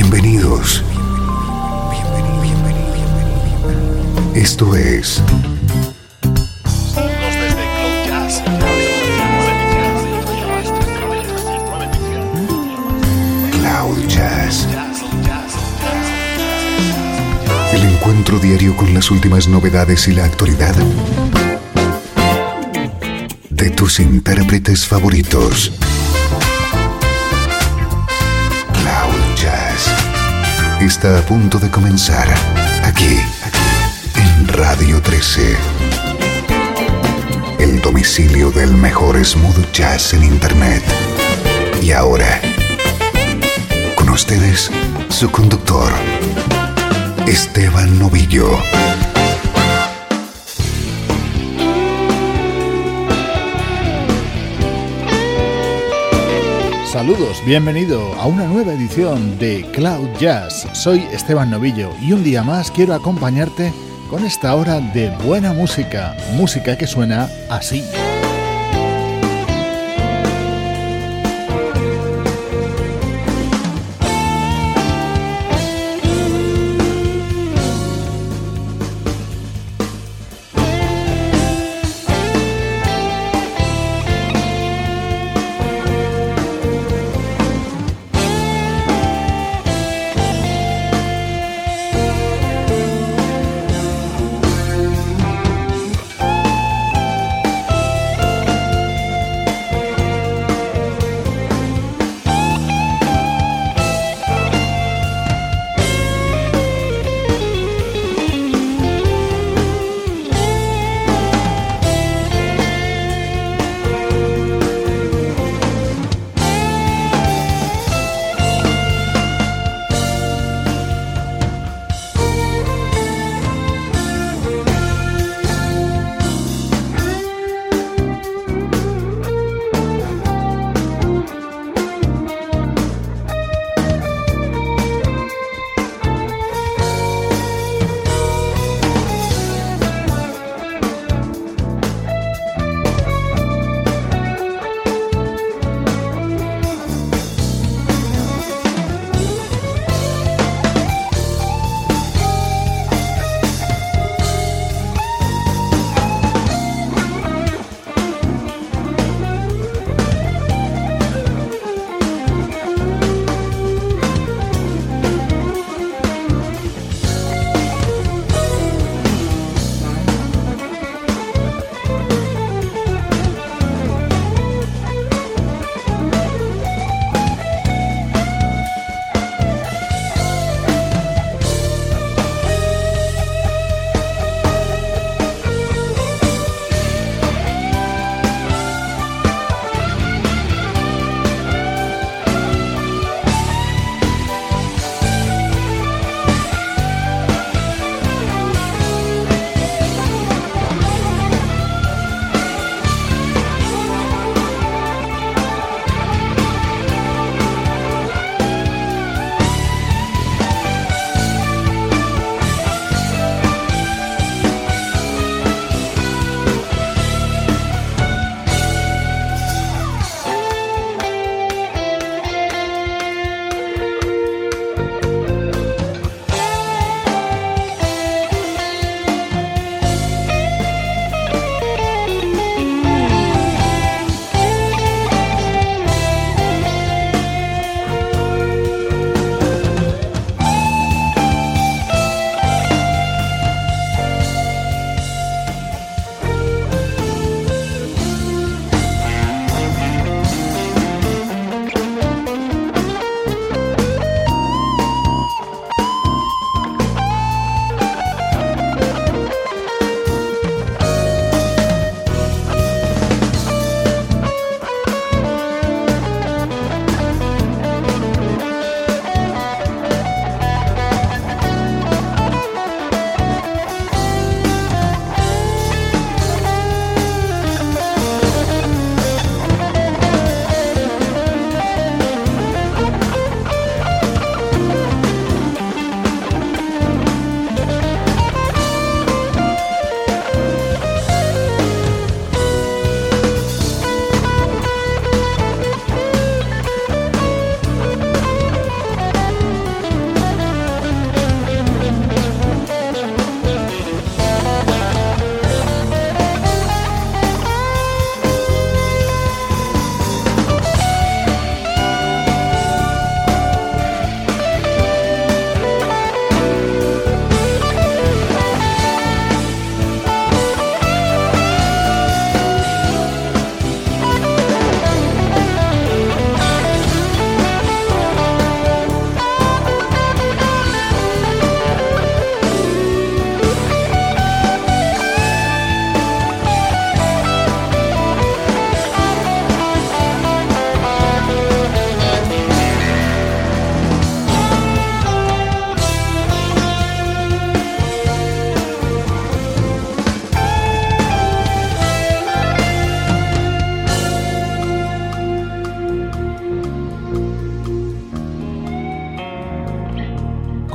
Bienvenidos. Esto es Saludos desde Cloud Jazz. Cloud Jazz. El encuentro diario con las últimas novedades y la actualidad de tus intérpretes favoritos. Cloud Jazz está a punto de comenzar aquí en Radio 13. El domicilio del mejor smooth jazz en internet. Y ahora, con ustedes, su conductor, Esteban Novillo. Saludos, bienvenido a una nueva edición de Cloud Jazz. Soy Esteban Novillo y un día más quiero acompañarte con esta hora de buena música, música que suena así.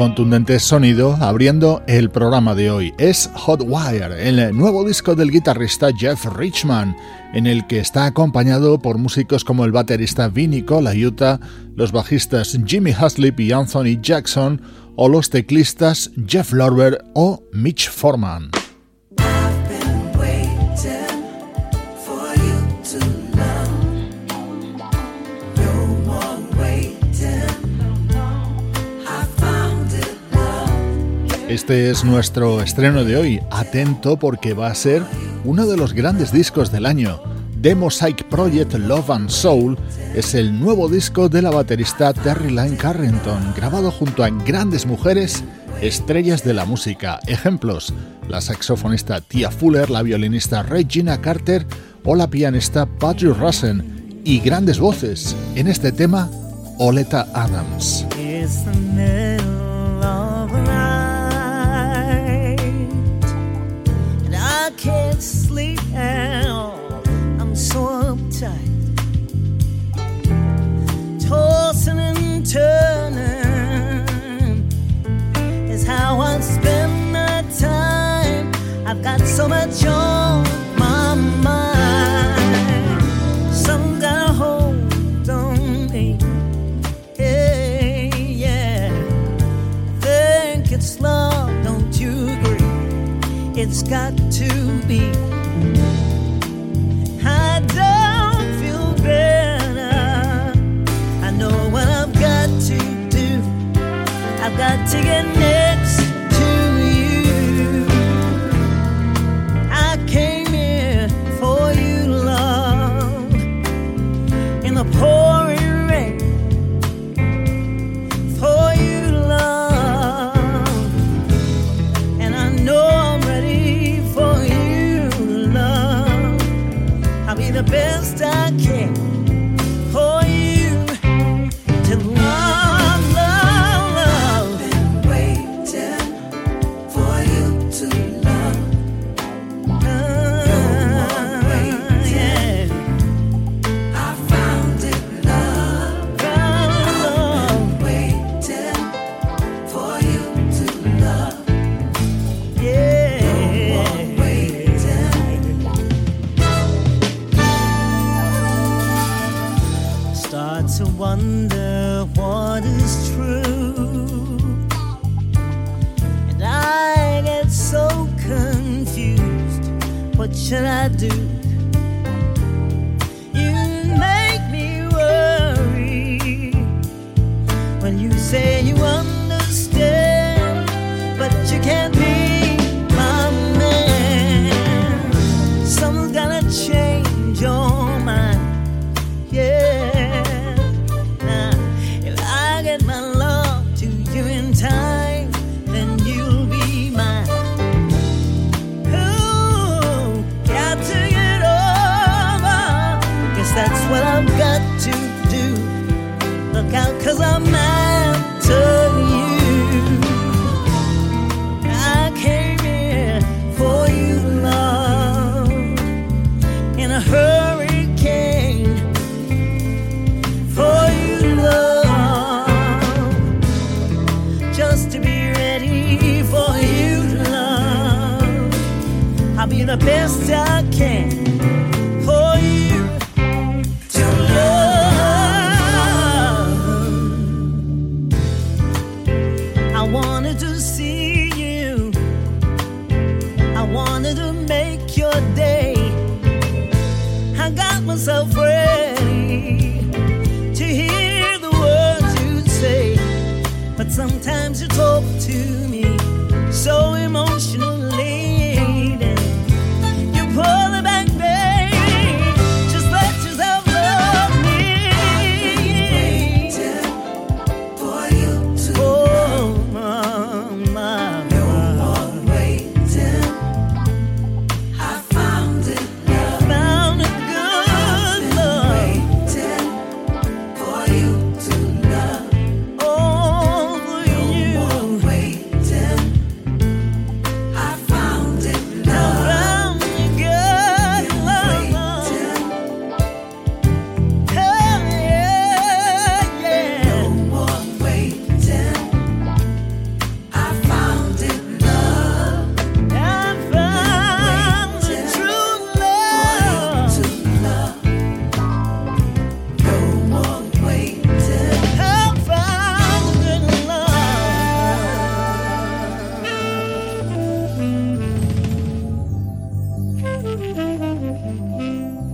contundente sonido abriendo el programa de hoy. Es Hotwire, el nuevo disco del guitarrista Jeff Richman, en el que está acompañado por músicos como el baterista Vinnie Colaiuta, los bajistas Jimmy Haslip y Anthony Jackson, o los teclistas Jeff Lorber o Mitch Foreman. Este es nuestro estreno de hoy. Atento porque va a ser uno de los grandes discos del año. The Mosaic Project Love and Soul es el nuevo disco de la baterista Terry Lyne Carrington, grabado junto a grandes mujeres, estrellas de la música. Ejemplos: la saxofonista Tia Fuller, la violinista Regina Carter o la pianista Patrick Russen. Y grandes voces en este tema, Oleta Adams. Can't sleep now, I'm so uptight. Tossing and turning is how I spend my time. I've got so much on my mind. Some got a hold on me. Hey, yeah. I think it's love, don't you agree? It's got to be. I don't feel better. I know what I've got to do. I've got to get next to you. I came here for you, love, in the pouring rain. For you, love, and I know I'll be the best I can for you to love, love, love. Been waiting for you to love. Yeah. I found it, love. I've been waiting for you to love. Yeah. To wonder what is true, and I get so confused. What should I do? You make me worry when you say you understand, but you can't be my man. Someone's gotta change your mind. Yeah. Time, then you'll be mine. Ooh, got to get over. Guess that's what I've got to do. Look out, 'cause I'm after you. I came here for you, love, in a hurricane. For you, love, just to be ready for you, love. I'll be the best I can for you to love. I wanted to see you. I wanted to make your day. I got myself ready to hear the words you'd say. But sometimes you talk to me so emotionally, and you pull it back,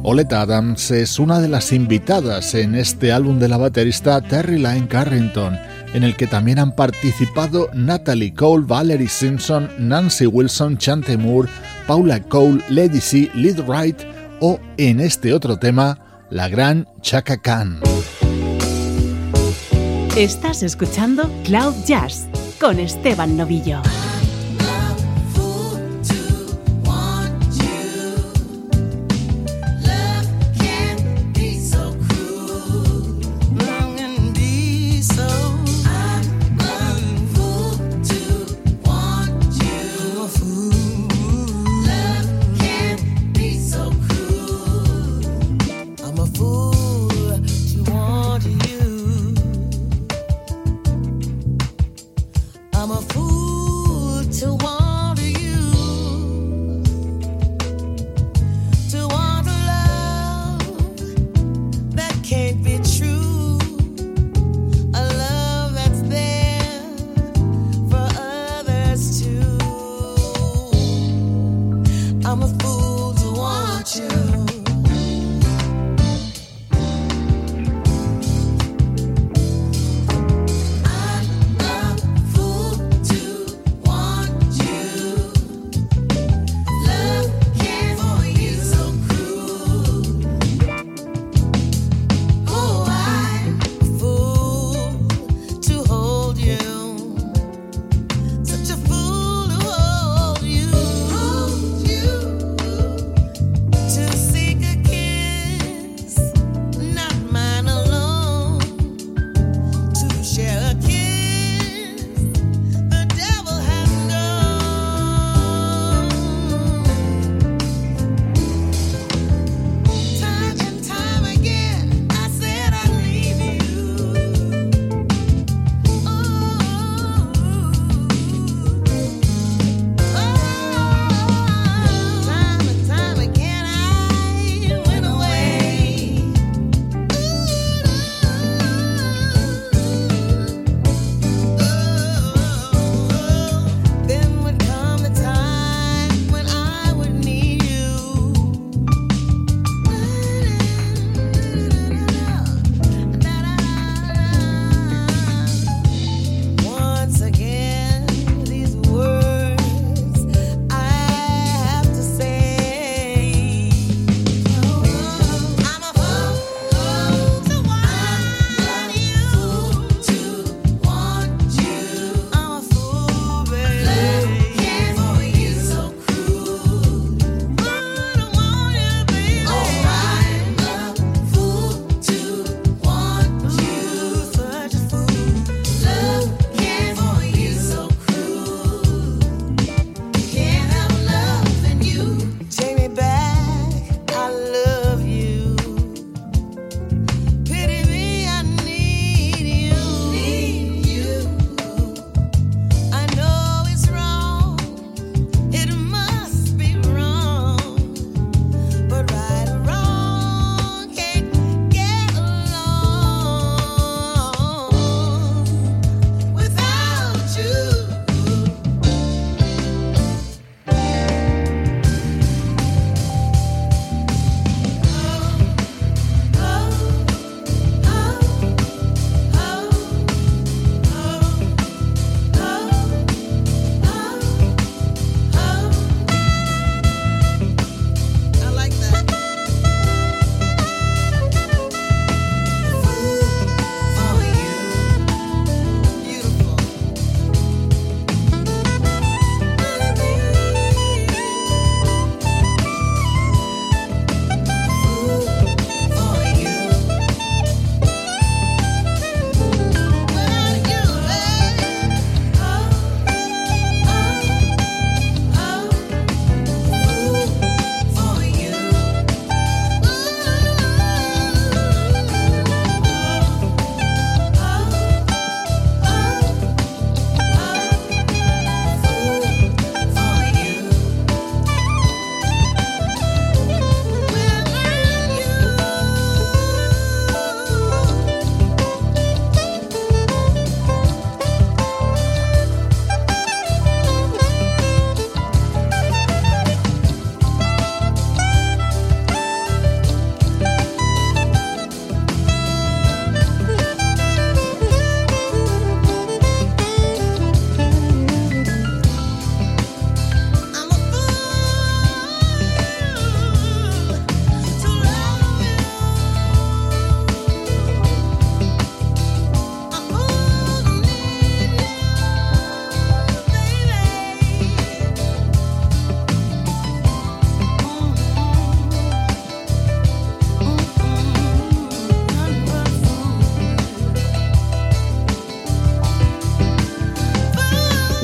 Oleta Adams es una de las invitadas en este álbum de la baterista Terry Lyne Carrington, en el que también han participado Natalie Cole, Valerie Simpson, Nancy Wilson, Chante Moore, Paula Cole, Lady C, Lyd Wright o, en este otro tema, la gran Chaka Khan. Estás escuchando Cloud Jazz con Esteban Novillo. I'm a fool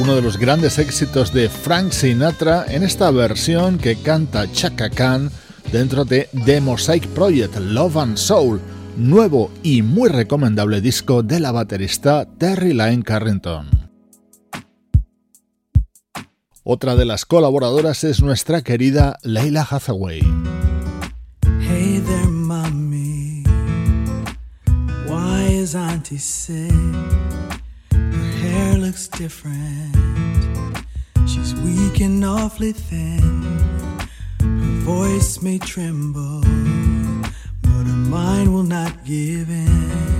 uno de los grandes éxitos de Frank Sinatra en esta versión que canta Chaka Khan dentro de The Mosaic Project, Love and Soul, nuevo y muy recomendable disco de la baterista Terry Lyne Carrington. Otra de las colaboradoras es nuestra querida Laila Hathaway. Hey there, mommy. Why is Auntie sick? Her hair looks different. She's weak and awfully thin. Her voice may tremble, but her mind will not give in.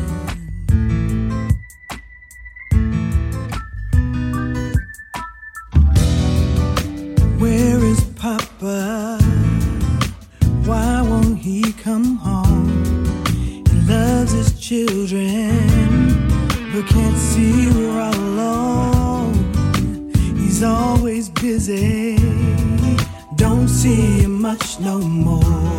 Where is Papa? Why won't he come home? He loves his children, but can't see we're all alone. He's always busy, don't see him much no more.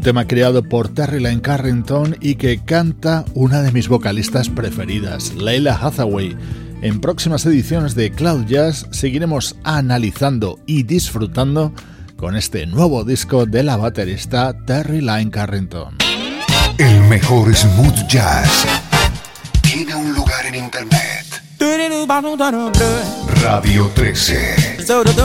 tema creado por Terry Lyne Carrington y que canta una de mis vocalistas preferidas, Laila Hathaway. En próximas ediciones de Cloud Jazz seguiremos analizando y disfrutando con este nuevo disco de la baterista Terry Lyne Carrington. El mejor smooth jazz tiene un lugar en internet. Radio 13.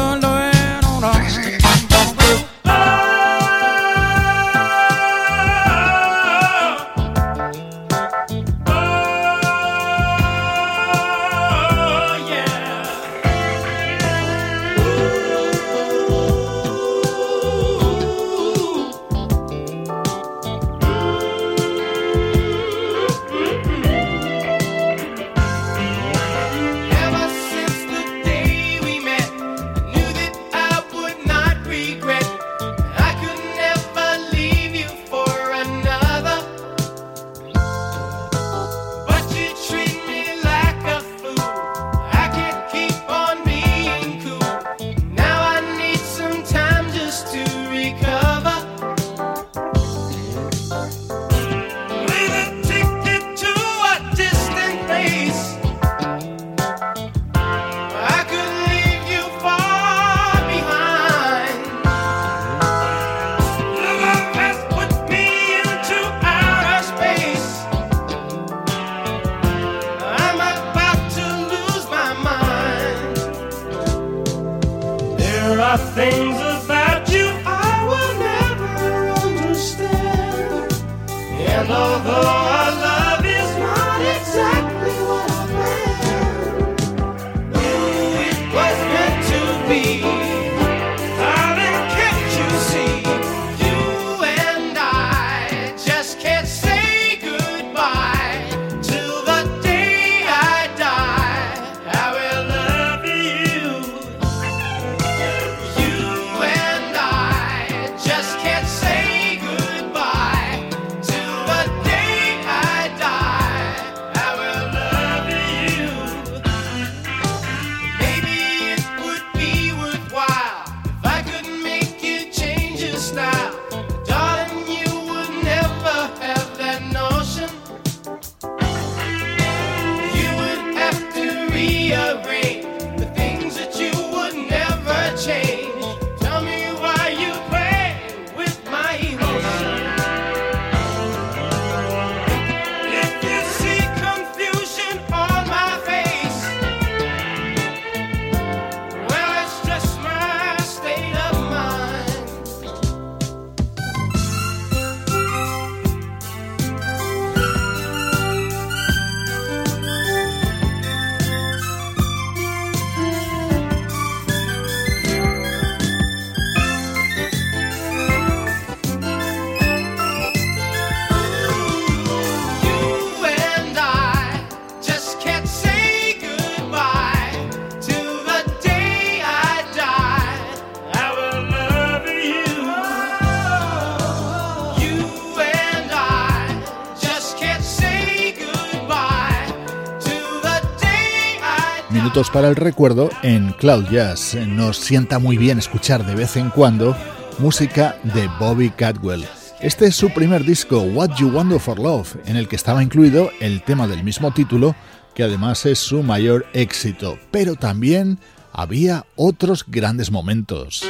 Minutos para el recuerdo en Cloud Jazz. Nos sienta muy bien escuchar de vez en cuando música de Bobby Caldwell. Este es su primer disco, What You Want for Love, en el que estaba incluido el tema del mismo título, que además es su mayor éxito, pero también había otros grandes momentos.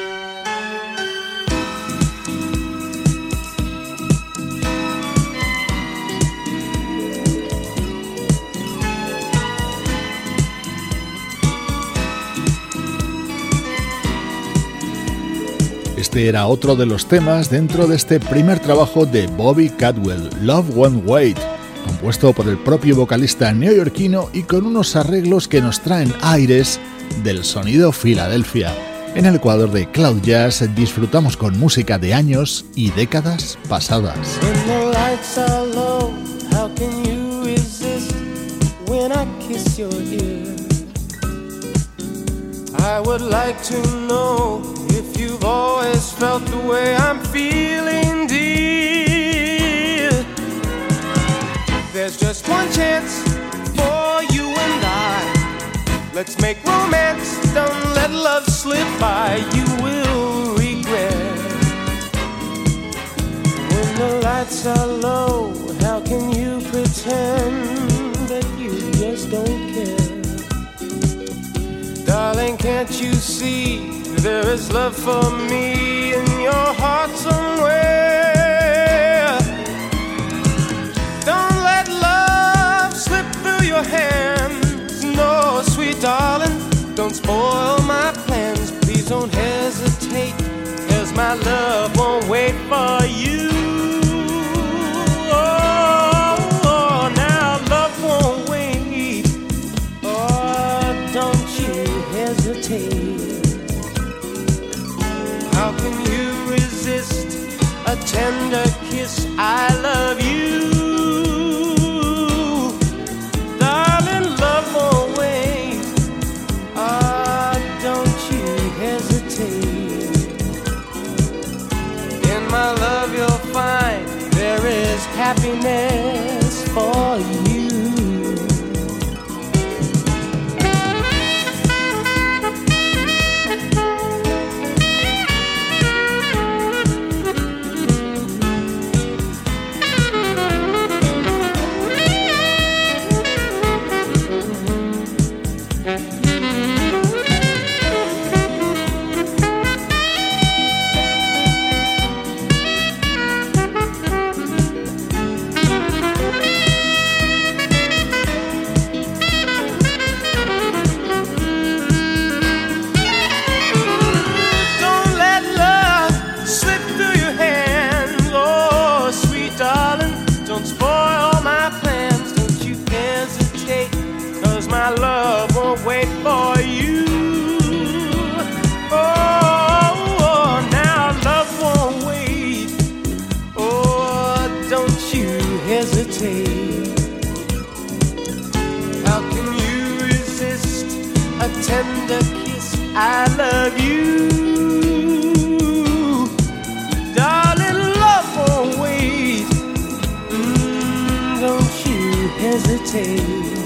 Este era otro de los temas dentro de este primer trabajo de Bobby Caldwell, Love Won't Wait, compuesto por el propio vocalista neoyorquino y con unos arreglos que nos traen aires del sonido Filadelfia. En el Ecuador de Cloud Jazz disfrutamos con música de años y décadas pasadas. I would like to know if you've always felt the way I'm feeling, dear. There's just one chance for you and I. Let's make romance, don't let love slip by. You will regret when lights are low, how can you pretend that you just don't care? Darling, can't you see there is love for me in your heart somewhere? Don't let love slip through your hands. No, sweet darling, don't spoil my plans. Please don't hesitate, 'cause my love won't wait for you. Oh, now love won't wait. Oh, don't you hesitate. How can you resist a tender kiss? I love you. Darling, love won't wait. Oh, don't you hesitate. In my love you'll find there is happiness for you. How can you resist a tender kiss? I love you. Darling, love won't wait. Don't you hesitate.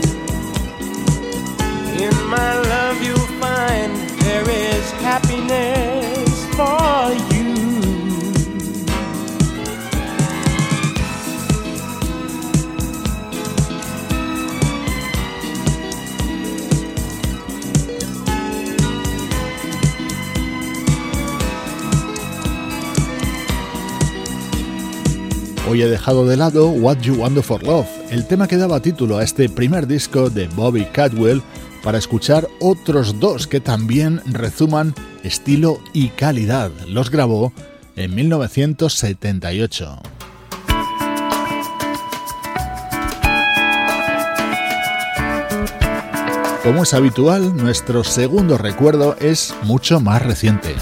In my love you'll find there is happiness for you. Hoy he dejado de lado What You Want for Love, el tema que daba título a este primer disco de Bobby Caldwell, para escuchar otros dos que también rezuman estilo y calidad. Los grabó en 1978. Como es habitual, nuestro segundo recuerdo es mucho más reciente.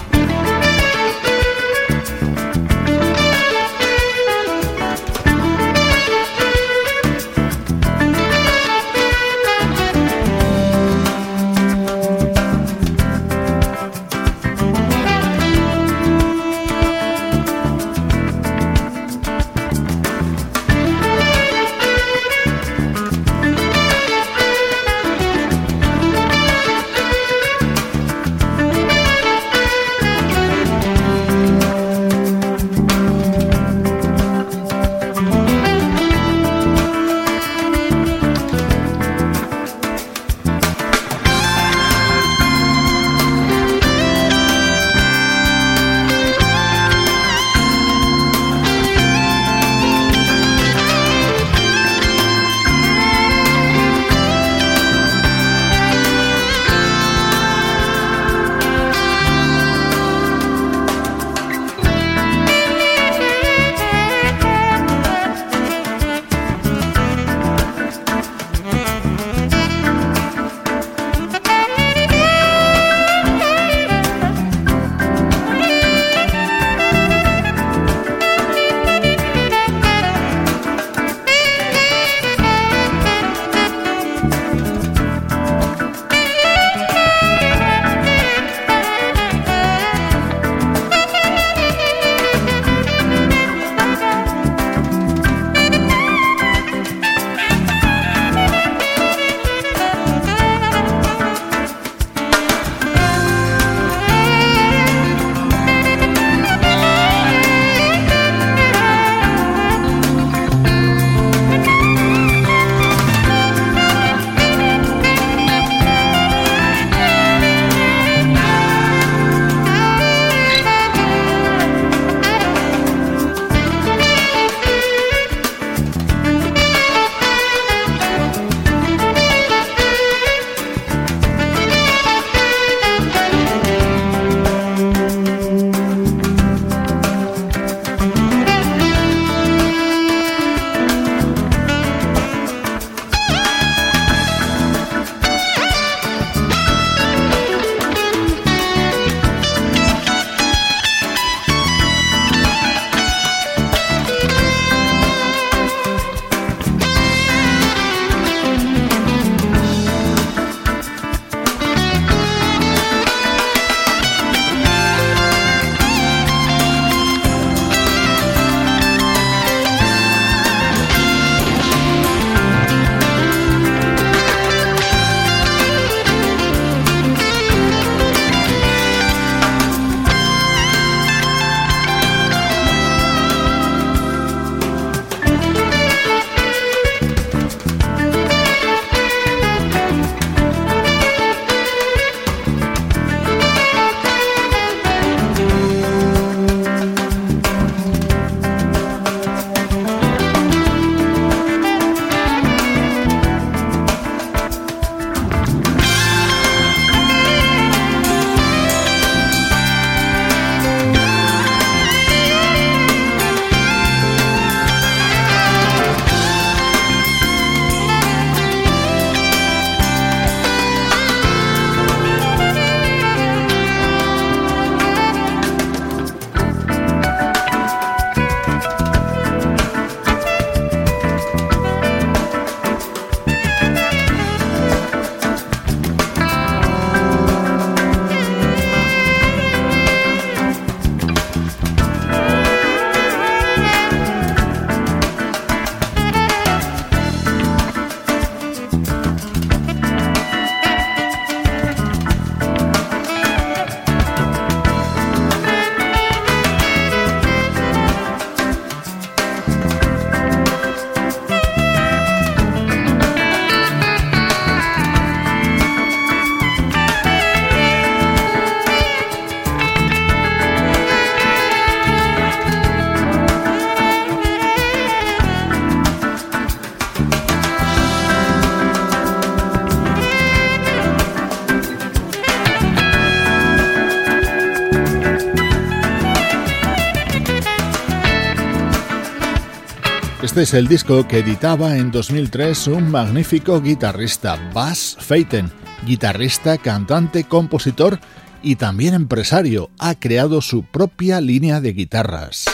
Este es el disco que editaba en 2003 un magnífico guitarrista, Buzz Feiten, guitarrista, cantante, compositor y también empresario. Ha creado su propia línea de guitarras.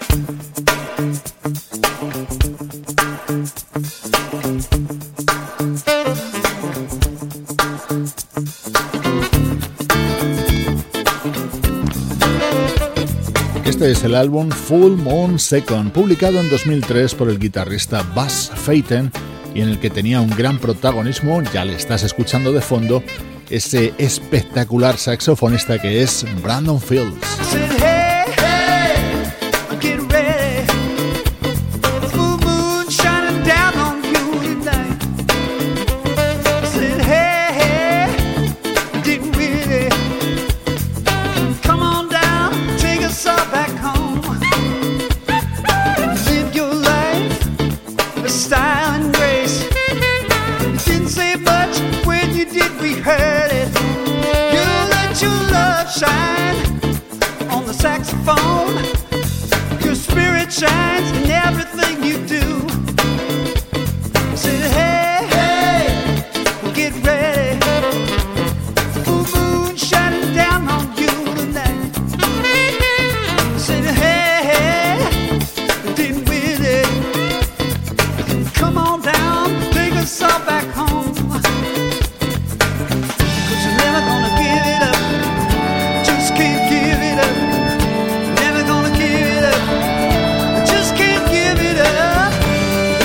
Este es el álbum Full Moon Second, publicado en 2003 por el guitarrista Buzz Feiten y en el que tenía un gran protagonismo, ya le estás escuchando de fondo, ese espectacular saxofonista que es Brandon Fields. Saxophone, your spirit shines in everything you do. I said, hey, hey, get ready. Full moon shining down on you tonight. I said, hey, hey, didn't with it. Come on down, take us all back home. 'Cause you're never gonna give it up. Just can't give it up. Just can't give it up.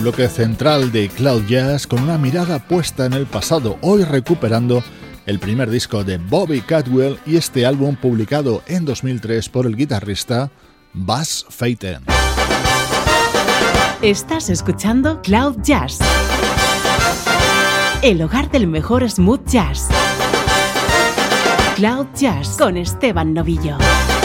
bloque central de Cloud Jazz con una mirada puesta en el pasado, hoy recuperando el primer disco de Bobby Caldwell y este álbum publicado en 2003 por el guitarrista Buzz Feiten. Estás escuchando Cloud Jazz, el hogar del mejor smooth jazz. Cloud Jazz con Esteban Novillo.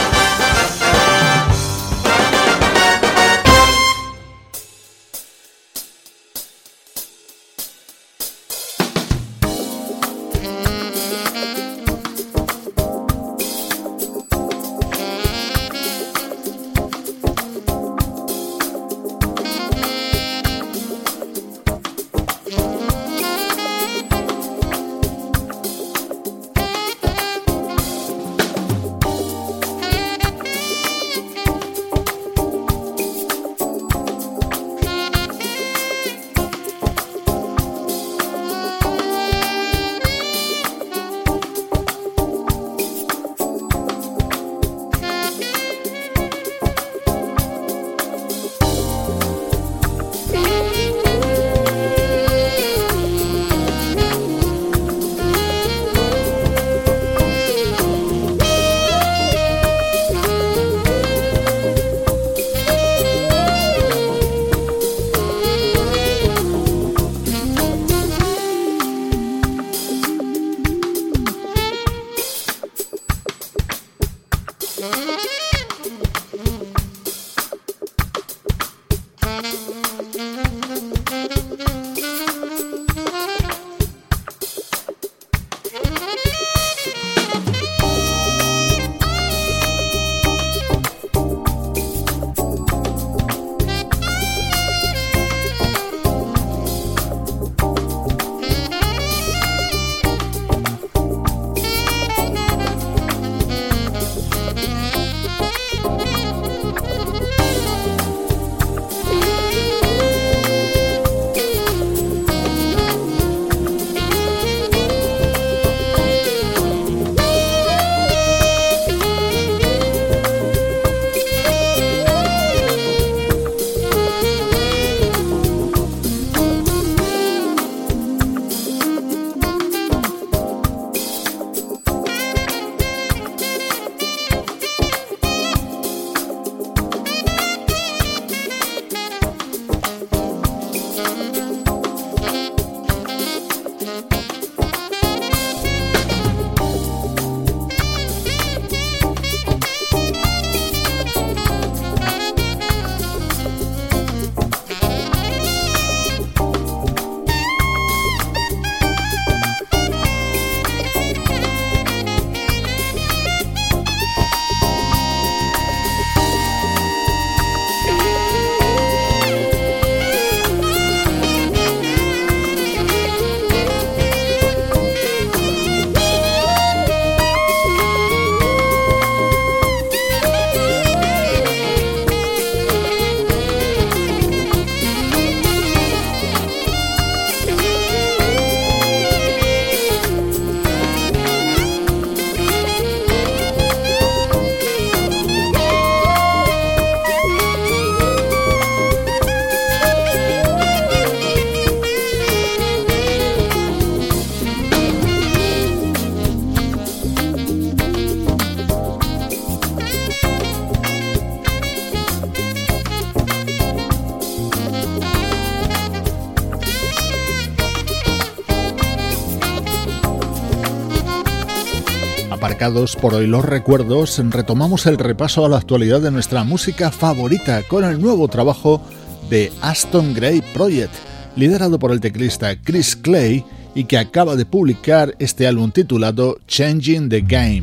Aparcados por hoy los recuerdos, retomamos el repaso a la actualidad de nuestra música favorita con el nuevo trabajo de Aston Gray Project, liderado por el teclista Chris Clay y que acaba de publicar este álbum titulado Changing the Game.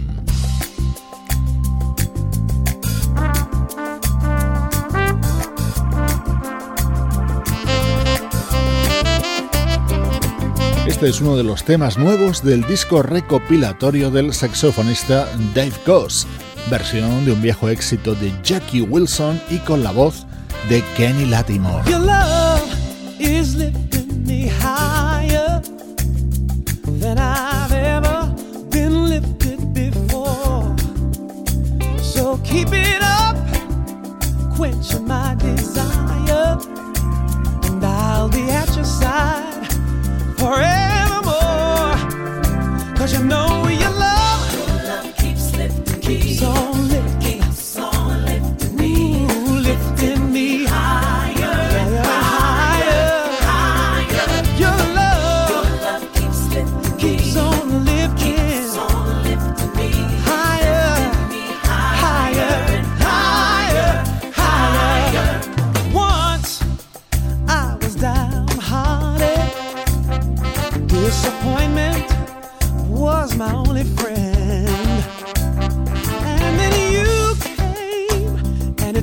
Este es uno de los temas nuevos del disco recopilatorio del saxofonista Dave Goss, versión de un viejo éxito de Jackie Wilson y con la voz de Kenny Lattimore. Your love is lifting me higher than I've ever been lifted before. So keep it up, quench my desire, and I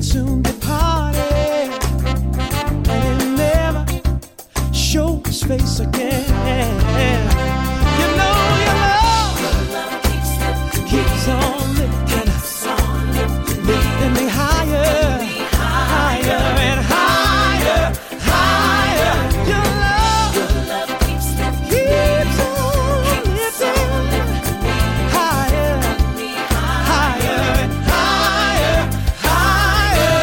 would soon depart, and he'll never show his face again. You know your love keeps on lifting me higher, higher and higher, higher. Your love keeps on lifting higher, higher and higher, higher.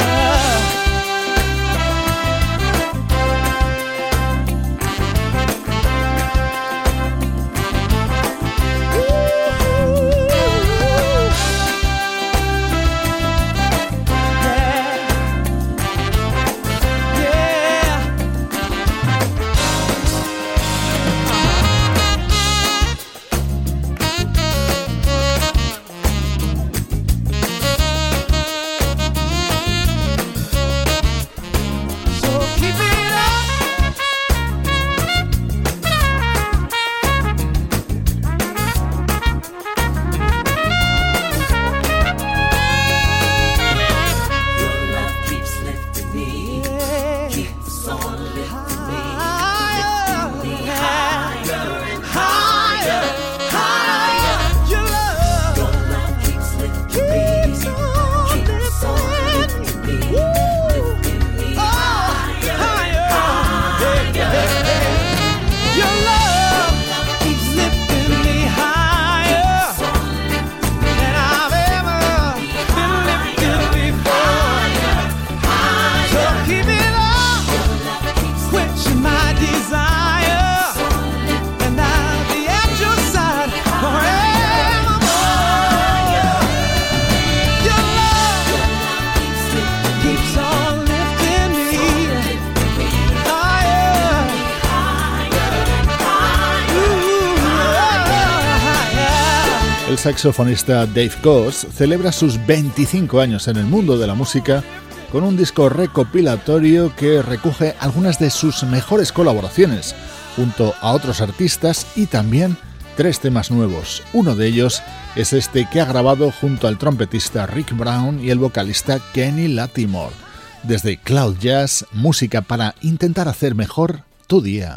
El saxofonista Dave Koz celebra sus 25 años en el mundo de la música con un disco recopilatorio que recoge algunas de sus mejores colaboraciones junto a otros artistas y también 3 temas nuevos. Uno de ellos es este que ha grabado junto al trompetista Rick Brown y el vocalista Kenny Lattimore. Desde Cloud Jazz, música para intentar hacer mejor tu día.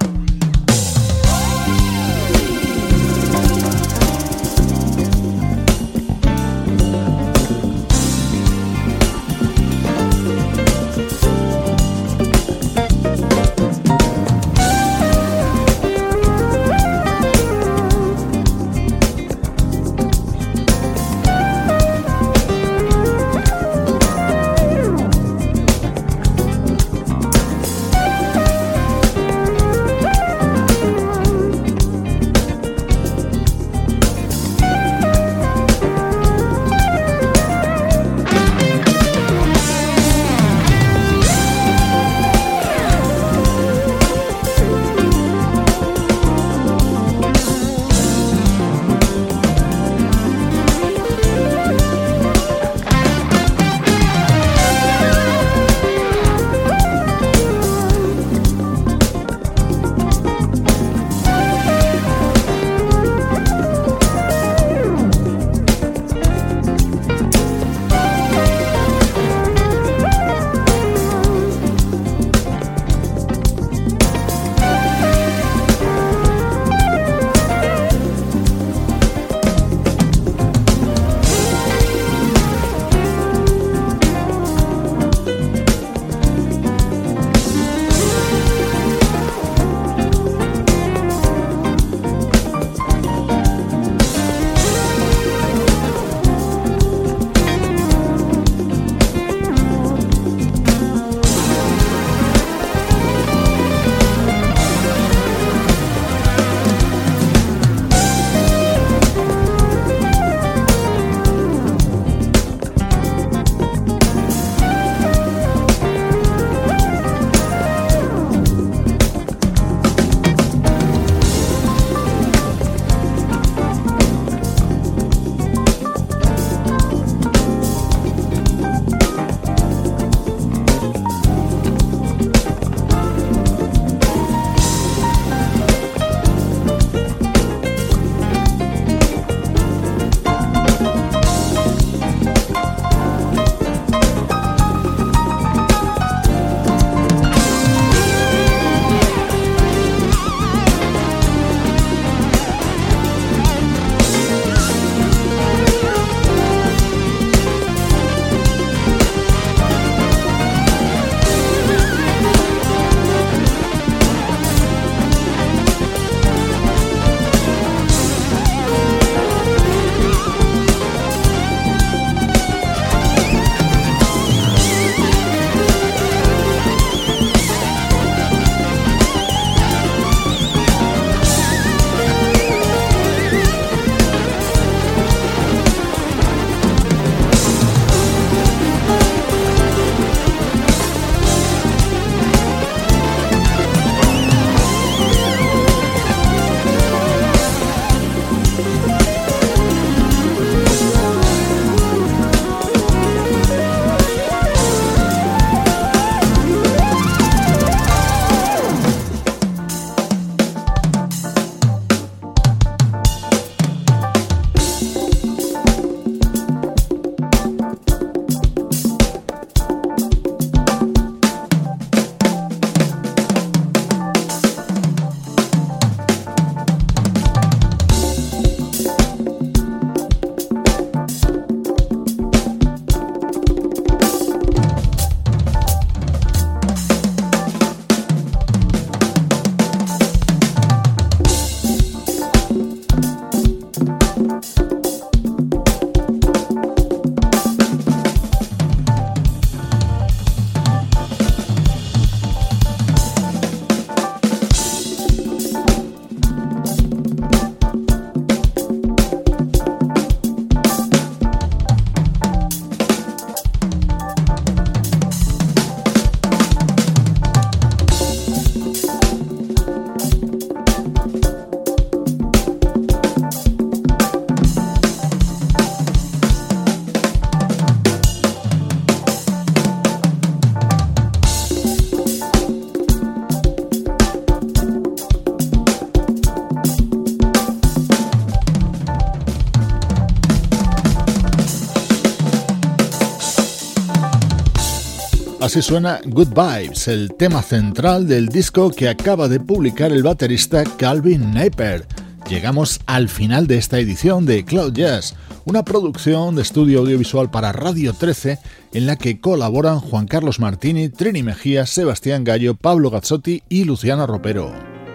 Así suena Good Vibes, el tema central del disco que acaba de publicar el baterista Calvin Napier. Llegamos al final de esta edición de Cloud Jazz, una producción de estudio audiovisual para Radio 13 en la que colaboran Juan Carlos Martini, Trini Mejía, Sebastián Gallo, Pablo Gazzotti y Luciana Ropero.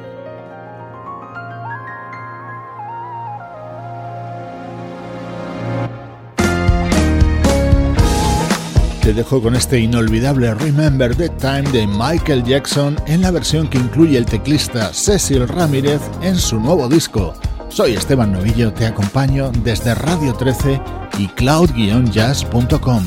Te dejo con este inolvidable Remember the Time de Michael Jackson en la versión que incluye el teclista Cecil Ramírez en su nuevo disco. Soy Esteban Novillo, te acompaño desde Radio 13 y cloud-jazz.com.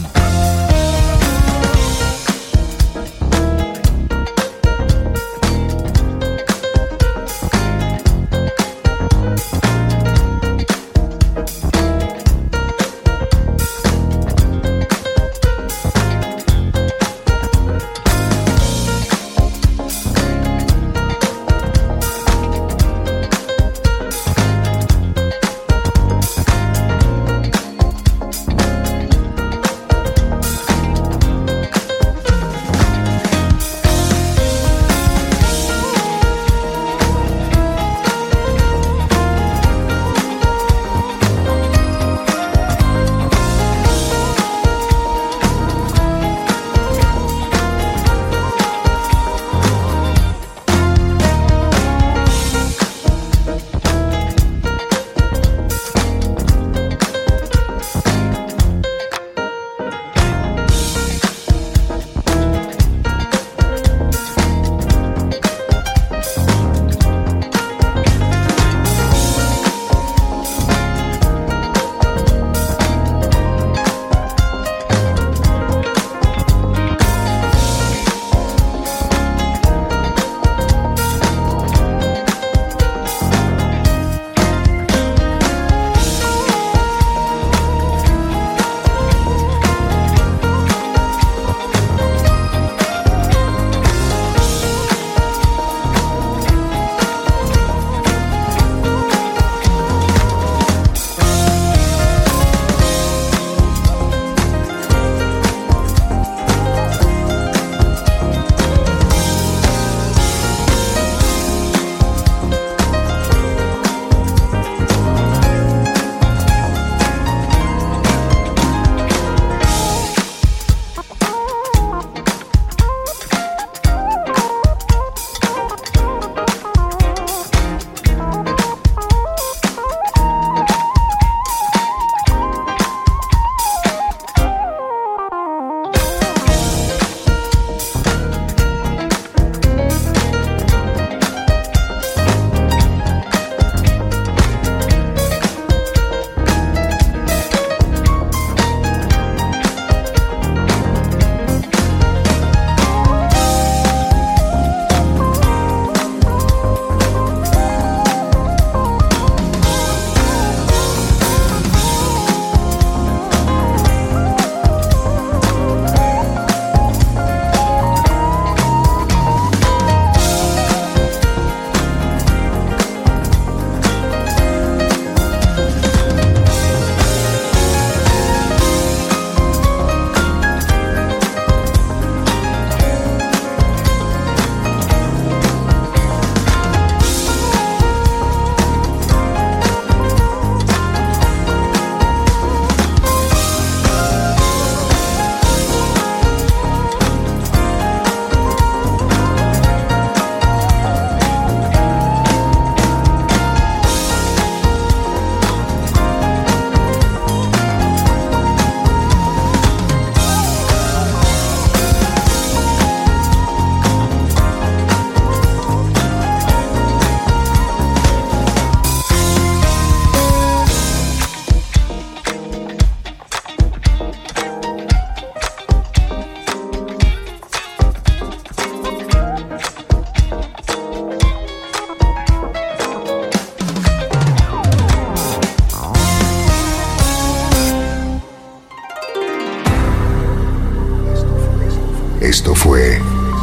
Esto fue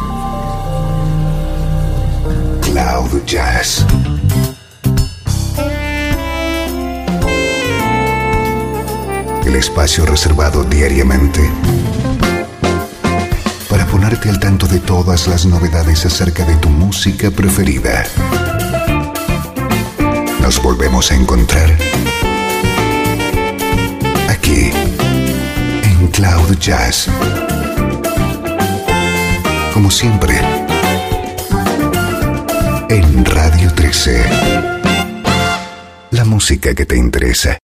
Cloud Jazz. El espacio reservado diariamente para ponerte al tanto de todas las novedades acerca de tu música preferida. Nos volvemos a encontrar aquí en Cloud Jazz. Como siempre, en Radio 13. La música que te interesa.